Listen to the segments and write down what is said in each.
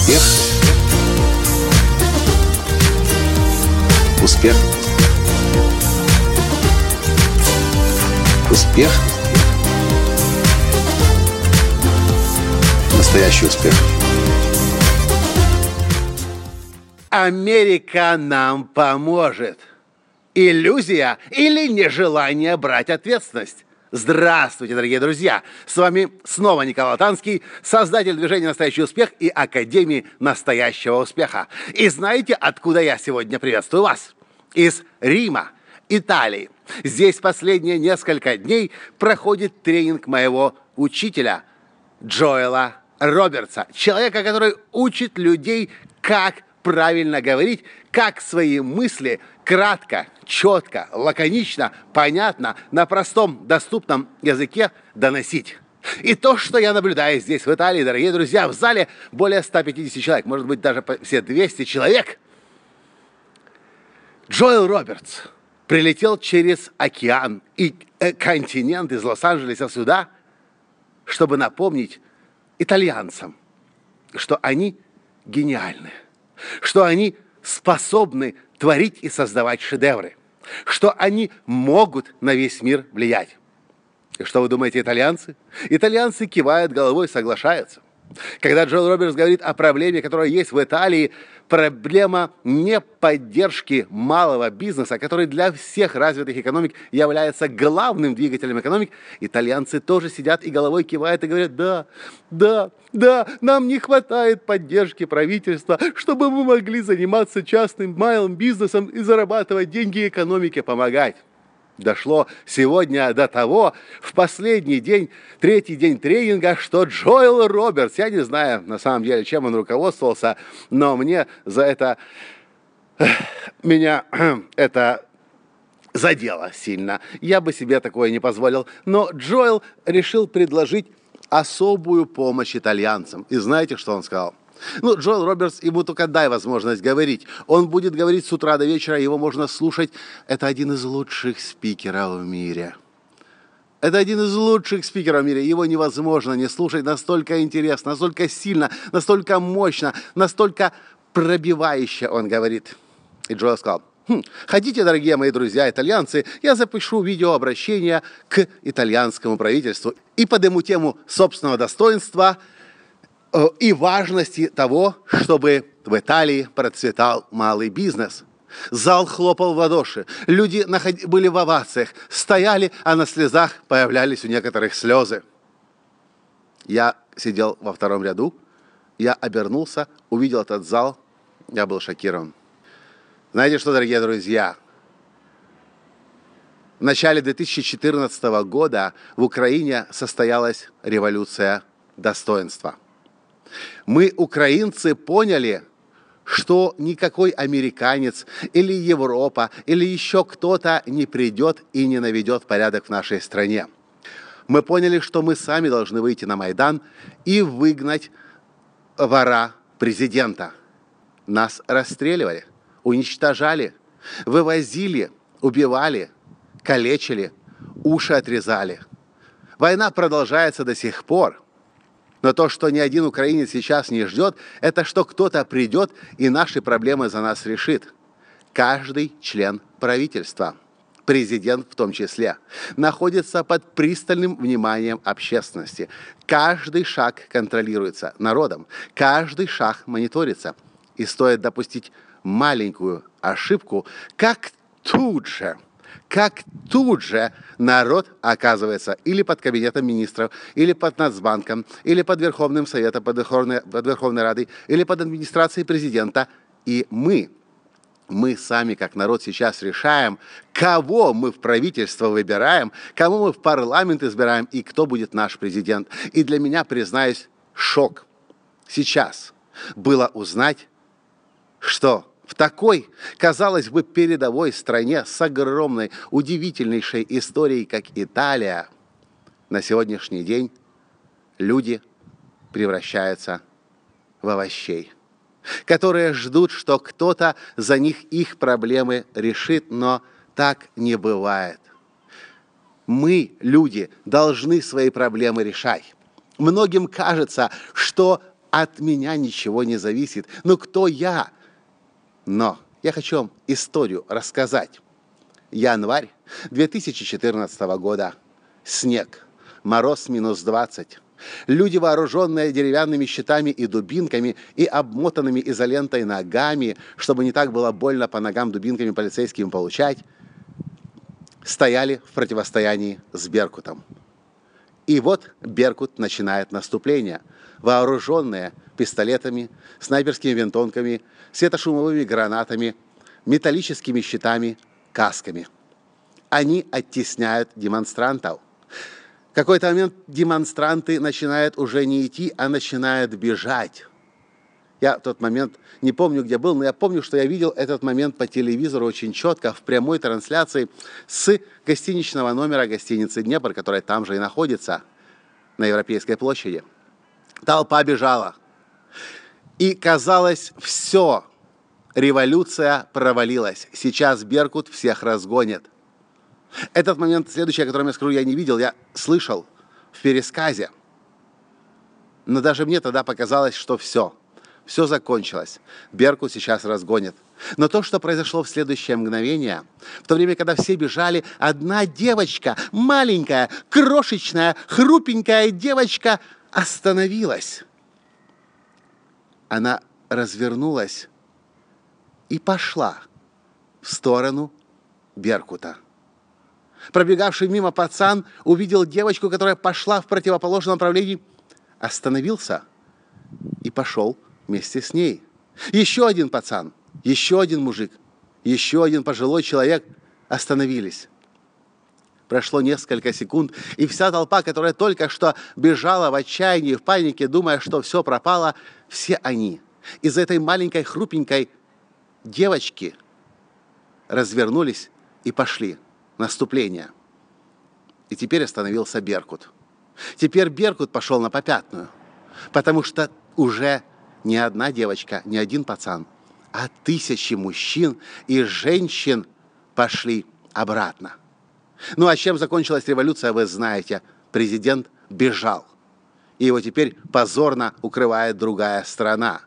Успех. Успех. Успех. Настоящий успех. Америка нам поможет. Иллюзия или нежелание брать ответственность? Здравствуйте, дорогие друзья! С вами снова Николай Латанский, создатель движения «Настоящий успех» и Академии настоящего успеха. И знаете, откуда я сегодня приветствую вас? Из Рима, Италии. Здесь последние несколько дней проходит тренинг моего учителя Джоэла Робертса. Человека, который учит людей, как правильно говорить, как свои мысли кратко, четко, лаконично, понятно, на простом, доступном языке доносить. И то, что я наблюдаю здесь, в Италии, дорогие друзья, в зале более 150 человек, может быть, даже все 200 человек. Джоэл Робертс прилетел через океан и континент из Лос-Анджелеса сюда, чтобы напомнить итальянцам, что они гениальны, что они способны творить и создавать шедевры, что они могут на весь мир влиять. И что вы думаете, итальянцы? Итальянцы кивают головой, соглашаются. Когда Джоэл Робертс говорит о проблеме, которая есть в Италии, проблема не поддержки малого бизнеса, который для всех развитых экономик является главным двигателем экономик, итальянцы тоже сидят и головой кивают и говорят: да, нам не хватает поддержки правительства, чтобы мы могли заниматься частным малым бизнесом и зарабатывать деньги экономике, помогать. Дошло сегодня до того, в последний день, третий день тренинга, что Джоэл Робертс, я не знаю на самом деле, чем он руководствовался, но меня это задело сильно. Я бы себе такое не позволил. Но Джоэл решил предложить особую помощь итальянцам. И знаете, что он сказал? Джоэл Робертс, ему только дай возможность говорить. Он будет говорить с утра до вечера, его можно слушать. Это один из лучших спикеров в мире. Это один из лучших спикеров в мире. Его невозможно не слушать. Настолько интересно, настолько сильно, настолько мощно, настолько пробивающе он говорит. И Джоэл сказал: хотите, дорогие мои друзья итальянцы, я запишу видеообращение к итальянскому правительству и подниму тему собственного достоинства и важности того, чтобы в Италии процветал малый бизнес. Зал хлопал в ладоши, люди были в овациях, стояли, а на слезах появлялись у некоторых слезы. Я сидел во втором ряду, я обернулся, увидел этот зал, я был шокирован. Знаете что, дорогие друзья? В начале 2014 года в Украине состоялась революция достоинства. Мы, украинцы, поняли, что никакой американец или Европа или еще кто-то не придет и не наведет порядок в нашей стране. Мы поняли, что мы сами должны выйти на Майдан и выгнать вора президента. Нас расстреливали, уничтожали, вывозили, убивали, калечили, уши отрезали. Война продолжается до сих пор. Но то, что ни один украинец сейчас не ждет, это что кто-то придет и наши проблемы за нас решит. Каждый член правительства, президент в том числе, находится под пристальным вниманием общественности. Каждый шаг контролируется народом, каждый шаг мониторится. И стоит допустить маленькую ошибку, как тут же народ оказывается или под кабинетом министров, или под Нацбанком, или под Верховным Советом, под Верховной Радой, или под администрацией президента. И мы сами, как народ, сейчас решаем, кого мы в правительство выбираем, кого мы в парламент избираем и кто будет наш президент. И для меня, признаюсь, шок сейчас было узнать, что в такой, казалось бы, передовой стране с огромной, удивительнейшей историей, как Италия, на сегодняшний день люди превращаются в овощей, которые ждут, что кто-то за них их проблемы решит, но так не бывает. Мы, люди, должны свои проблемы решать. Многим кажется, что От меня ничего не зависит. Ну кто я? Но я хочу вам историю рассказать. Январь 2014 года. Снег. Мороз минус 20. Люди, вооруженные деревянными щитами и дубинками и обмотанными изолентой ногами, чтобы не так было больно по ногам дубинками полицейским получать, стояли в противостоянии с Беркутом. И вот Беркут начинает наступление. Вооруженные пистолетами, снайперскими винтовками, светошумовыми гранатами, металлическими щитами, касками. Они оттесняют демонстрантов. В какой-то момент демонстранты начинают уже не идти, а начинают бежать. Я в тот момент не помню, где был, но я помню, что я видел этот момент по телевизору очень четко, в прямой трансляции с гостиничного номера гостиницы «Днепр», которая там же и находится, на Европейской площади. Толпа бежала. И казалось, все, революция провалилась. Сейчас Беркут всех разгонит. Этот момент, следующий, о котором я скажу, я не видел, я слышал в пересказе. Но даже мне тогда показалось, что все закончилось. Беркут сейчас разгонит. Но то, что произошло в следующее мгновение, в то время, когда все бежали, одна девочка, маленькая, крошечная, хрупенькая девочка остановилась. Она развернулась и пошла в сторону Беркута. Пробегавший мимо пацан увидел девочку, которая пошла в противоположном направлении, остановился и пошел вместе с ней. Еще один пацан, еще один мужик, еще один пожилой человек остановились. Прошло несколько секунд, и вся толпа, которая только что бежала в отчаянии, в панике, думая, что все пропало, все они из этой маленькой хрупенькой девочки развернулись и пошли. Наступление. И теперь остановился Беркут. Теперь Беркут пошел на попятную, потому что уже не одна девочка, не один пацан, а тысячи мужчин и женщин пошли обратно. Ну а чем закончилась революция, вы знаете. Президент бежал. И его теперь позорно укрывает другая страна.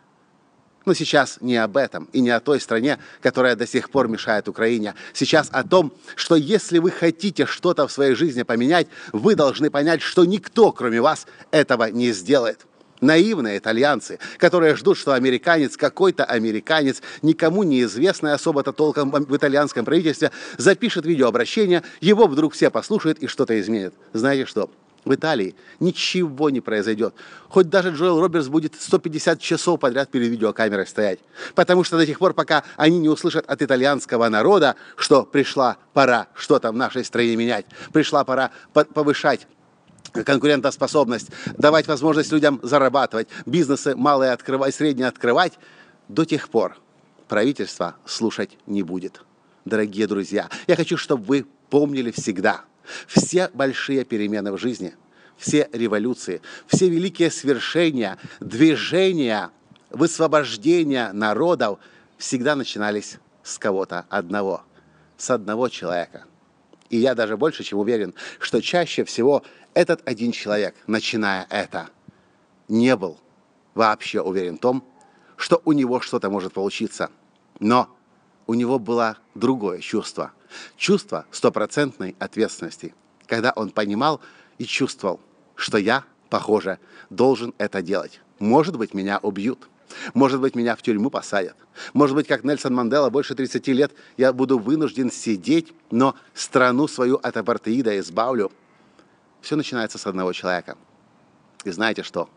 Но сейчас не об этом и не о той стране, которая до сих пор мешает Украине. Сейчас о том, что если вы хотите что-то в своей жизни поменять, вы должны понять, что никто, кроме вас, этого не сделает. Наивные итальянцы, которые ждут, что американец, какой-то американец, никому неизвестный особо-то толком в итальянском правительстве, запишет видеообращение, его вдруг все послушают и что-то изменят. Знаете что? В Италии ничего не произойдет. Хоть даже Джоэл Робертс будет 150 часов подряд перед видеокамерой стоять. Потому что до тех пор, пока они не услышат от итальянского народа, что пришла пора что-то в нашей стране менять, пришла пора повышать конкурентоспособность, давать возможность людям зарабатывать, бизнесы малые открывать, средние открывать, до тех пор правительство слушать не будет. Дорогие друзья, я хочу, чтобы вы помнили всегда, все большие перемены в жизни, все революции, все великие свершения, движения, высвобождения народов всегда начинались с кого-то одного, с одного человека. И я даже больше чем уверен, что чаще всего этот один человек, начиная это, не был вообще уверен в том, что у него что-то может получиться. Но у него было другое чувство. Чувство стопроцентной ответственности. Когда он понимал и чувствовал, что я, похоже, должен это делать. Может быть, меня убьют. Может быть, меня в тюрьму посадят. Может быть, как Нельсон Мандела, больше 30 лет я буду вынужден сидеть, но страну свою от апартеида избавлю. Все начинается с одного человека. И знаете что?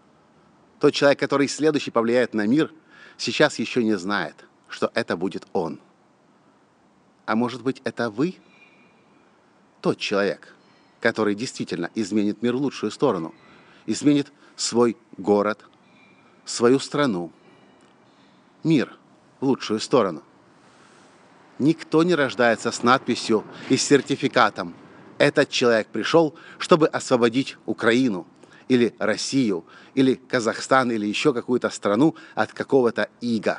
Тот человек, который следующий повлияет на мир, сейчас еще не знает, что это будет он. А может быть, это вы? Тот человек, который действительно изменит мир в лучшую сторону, изменит свой город, свою страну, мир в лучшую сторону. Никто не рождается с надписью и с сертификатом. Этот человек пришел, чтобы освободить Украину, или Россию, или Казахстан, или еще какую-то страну от какого-то ига.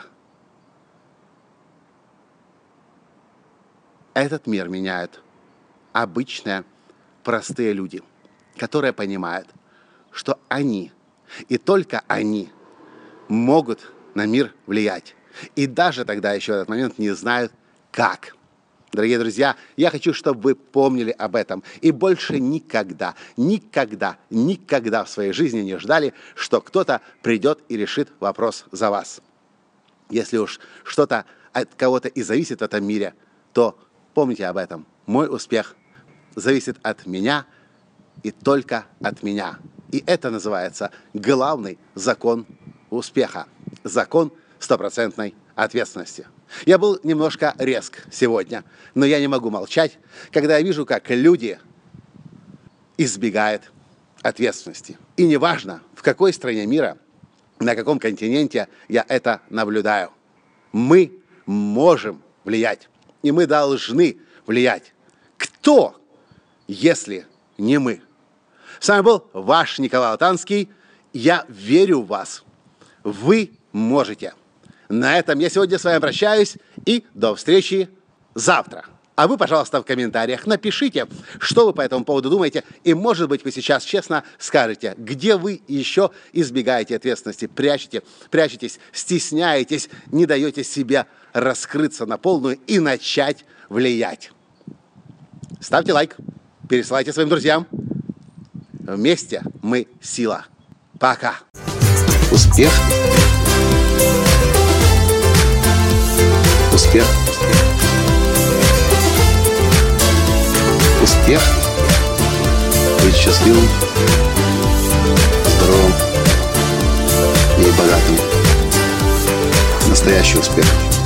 Этот мир меняют обычные, простые люди, которые понимают, что они И только они могут на мир влиять. И даже тогда еще в этот момент не знают, как. Дорогие друзья, я хочу, чтобы вы помнили об этом и больше никогда, никогда, никогда в своей жизни не ждали, что кто-то придет и решит вопрос за вас. Если уж что-то от кого-то и зависит в этом мире, то помните об этом. Мой успех зависит от меня и только от меня. И это называется главный закон успеха. Закон стопроцентной ответственности. Я был немножко резк сегодня, но я не могу молчать, когда я вижу, как люди избегают ответственности. И неважно, в какой стране мира, на каком континенте я это наблюдаю. Мы можем влиять, и мы должны влиять. Кто, если не мы? С вами был ваш Николай Латанский. Я верю в вас. Вы можете. На этом я сегодня с вами прощаюсь и до встречи завтра. А вы, пожалуйста, в комментариях напишите, что вы по этому поводу думаете. И, может быть, вы сейчас честно скажете, где вы еще избегаете ответственности, прячетесь, стесняетесь, не даете себе раскрыться на полную и начать влиять. Ставьте лайк, пересылайте своим друзьям. Вместе мы сила. Пока. Успех. Успех. Успех. Быть счастливым, здоровым и богатым. Настоящий успех.